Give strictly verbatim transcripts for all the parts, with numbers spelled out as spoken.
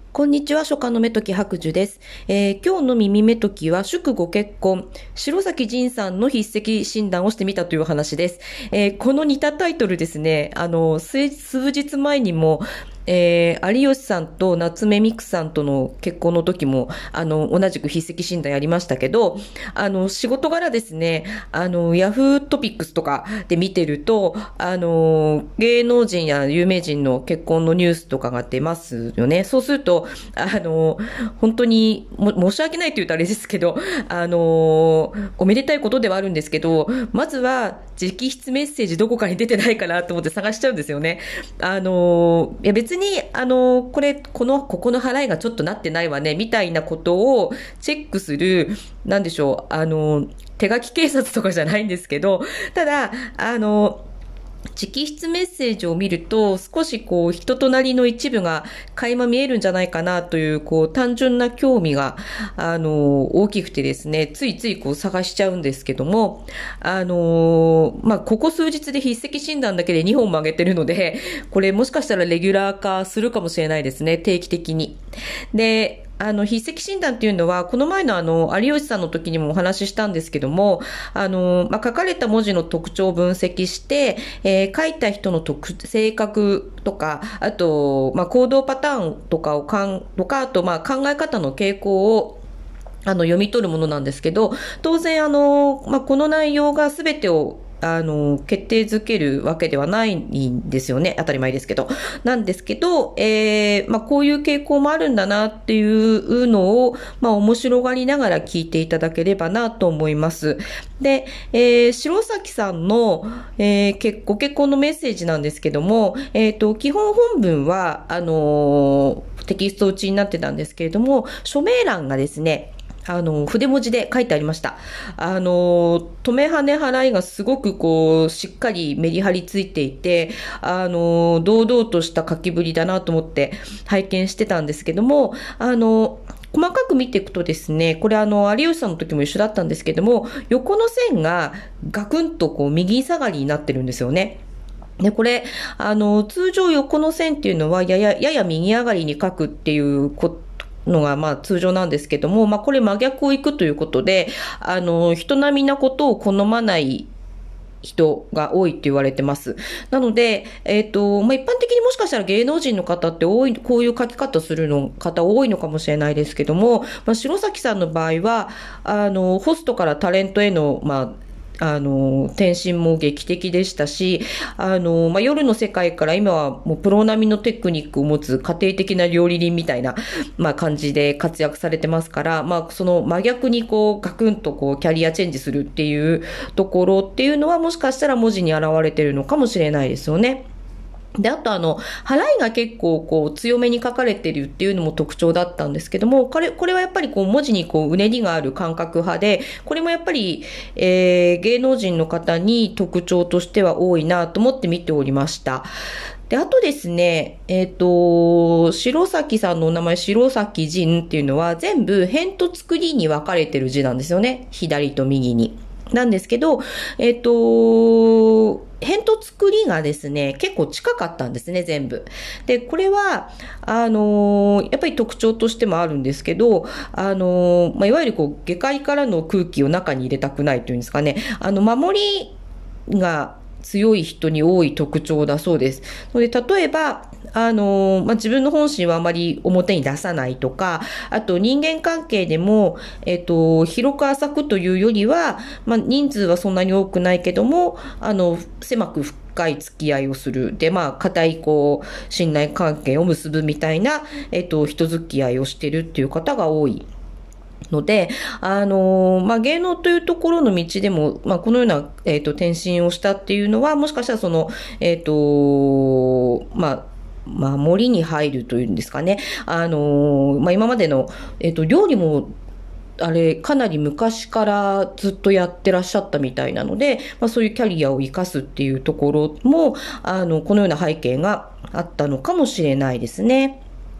こんにちは、書家の目時白樹です。えー今日の耳目時は、祝ご結婚、白崎仁さんの筆跡診断をしてみたという話です。えーこの似たタイトルですね、あの、数数日前にも、えー有吉さんと夏目美久さんとの結婚の時も、あの、同じく筆跡診断やりましたけど、あの、仕事柄ですね、あの、ヤフートピックスとかで見てると、あの、芸能人や有名人の結婚のニュースとかが出ますよね。そうすると、あの、本当にも申し訳ないと言うとあれですけど、あの、おめでたいことではあるんですけど、まずは直筆メッセージどこかに出てないかなと思って探しちゃうんですよね。あの、いや別に、あの、これ、この、ここの払いがちょっとなってないわね、みたいなことをチェックする、なんでしょう、あの、手書き警察とかじゃないんですけど、ただ、あの、直筆メッセージを見ると、少しこう、人となりの一部が垣間見えるんじゃないかなという、こう、単純な興味が、あの、大きくてですね、ついついこう探しちゃうんですけども、あの、まあ、ここ数日で筆跡診断だけでにほんも上げてるので、これもしかしたらレギュラー化するかもしれないですね、定期的に。で、あの、筆跡診断っていうのは、この前のあの、有吉さんの時にもお話ししたんですけども、あの、まあ、書かれた文字の特徴を分析して、えー書いた人の特、性格とか、あと、まあ、行動パターンとかをかん、とか、あと、まあ、考え方の傾向を、あの、読み取るものなんですけど、当然、あの、まあ、この内容が全てを、あの、決定づけるわけではないんですよね。当たり前ですけど。なんですけど、えー、まあ、こういう傾向もあるんだなっていうのを、まあ、面白がりながら聞いていただければなと思います。で、えー、白崎さんの、えー、結ご結婚のメッセージなんですけども、えっと、基本本文は、あのーテキスト打ちになってたんですけれども、署名欄がですね、あの、筆文字で書いてありました。あの、止め跳ね払いがすごくこう、しっかりメリハリついていて、あの、堂々とした書きぶりだなと思って拝見してたんですけども、あの、細かく見ていくとですね、これあの、有吉さんの時も一緒だったんですけども、横の線がガクンとこう、右下がりになってるんですよね。で、これ、あの、通常横の線っていうのは、やや、やや右上がりに書くっていうことのが、まあ通常なんですけども、まあこれ真逆をいくということで、あの、人並みなことを好まない人が多いって言われてます。なので、えっと、まあ、一般的にもしかしたら芸能人の方って多い、こういう書き方するの、方多いのかもしれないですけども、まあ、白崎さんの場合は、あの、ホストからタレントへの、まあ、あの、転身も劇的でしたし、あの、まあ、夜の世界から今はもうプロ並みのテクニックを持つ家庭的な料理人みたいな、まあ、感じで活躍されてますから、まあ、その真逆にこう、ガクンとこう、キャリアチェンジするっていうところっていうのはもしかしたら文字に現れてるのかもしれないですよね。で、あとあの、払いが結構こう強めに書かれてるっていうのも特徴だったんですけども、これ、これはやっぱりこう文字にこううねりがある感覚派で、これもやっぱり、えー、芸能人の方に特徴としては多いなと思って見ておりました。で、あとですね、えっと、白崎さんのお名前、白崎仁っていうのは全部辺と作りに分かれてる字なんですよね。左と右に。なんですけど、えっと、辺と作りがですね、結構近かったんですね、全部。で、これは、あのやっぱり特徴としてもあるんですけど、あのまあ、いわゆるこう、下界からの空気を中に入れたくないというんですかね、あの、守りが強い人に多い特徴だそうです。ので、例えば、あの、まあ、自分の本心はあまり表に出さないとか、あと人間関係でも、えっと、広く浅くというよりは、まあ、人数はそんなに多くないけども、あの、狭く深い付き合いをする。で、まあ、固い、こう、信頼関係を結ぶみたいな、えっと、人付き合いをしてるっていう方が多い。ので、あの、まあ、芸能というところの道でも、まあ、このような、えっと、転身をしたっていうのは、もしかしたらその、えっと、まあ、守りに入るというんですかね。あの、まあ、今までの、えっと、料理も、あれ、かなり昔からずっとやってらっしゃったみたいなので、まあ、そういうキャリアを生かすっていうところも、あの、このような背景があったのかもしれないですね。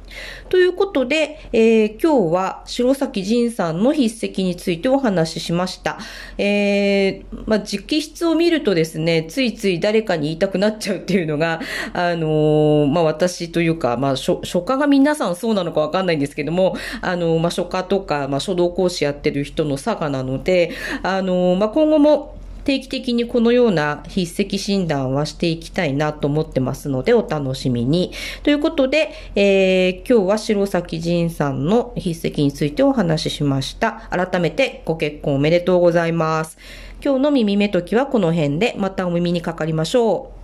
ということで、えー、今日は白崎仁さんの筆跡についてお話ししました。えー、まあ、直筆を見るとですね、ついつい誰かに言いたくなっちゃうっていうのが、あのー、まあ、私というか、まあ、書、書家が皆さんそうなのかわかんないんですけども、あのー、まあ、書家とか、まあ、書道講師やってる人の差がなので、あのー、まあ、今後も定期的にこのような筆跡診断はしていきたいなと思ってますので、お楽しみに。ということで、えー、今日は白崎仁さんの筆跡についてお話ししました。改めてご結婚おめでとうございます。今日の耳めときはこの辺で、またお耳にかかりましょう。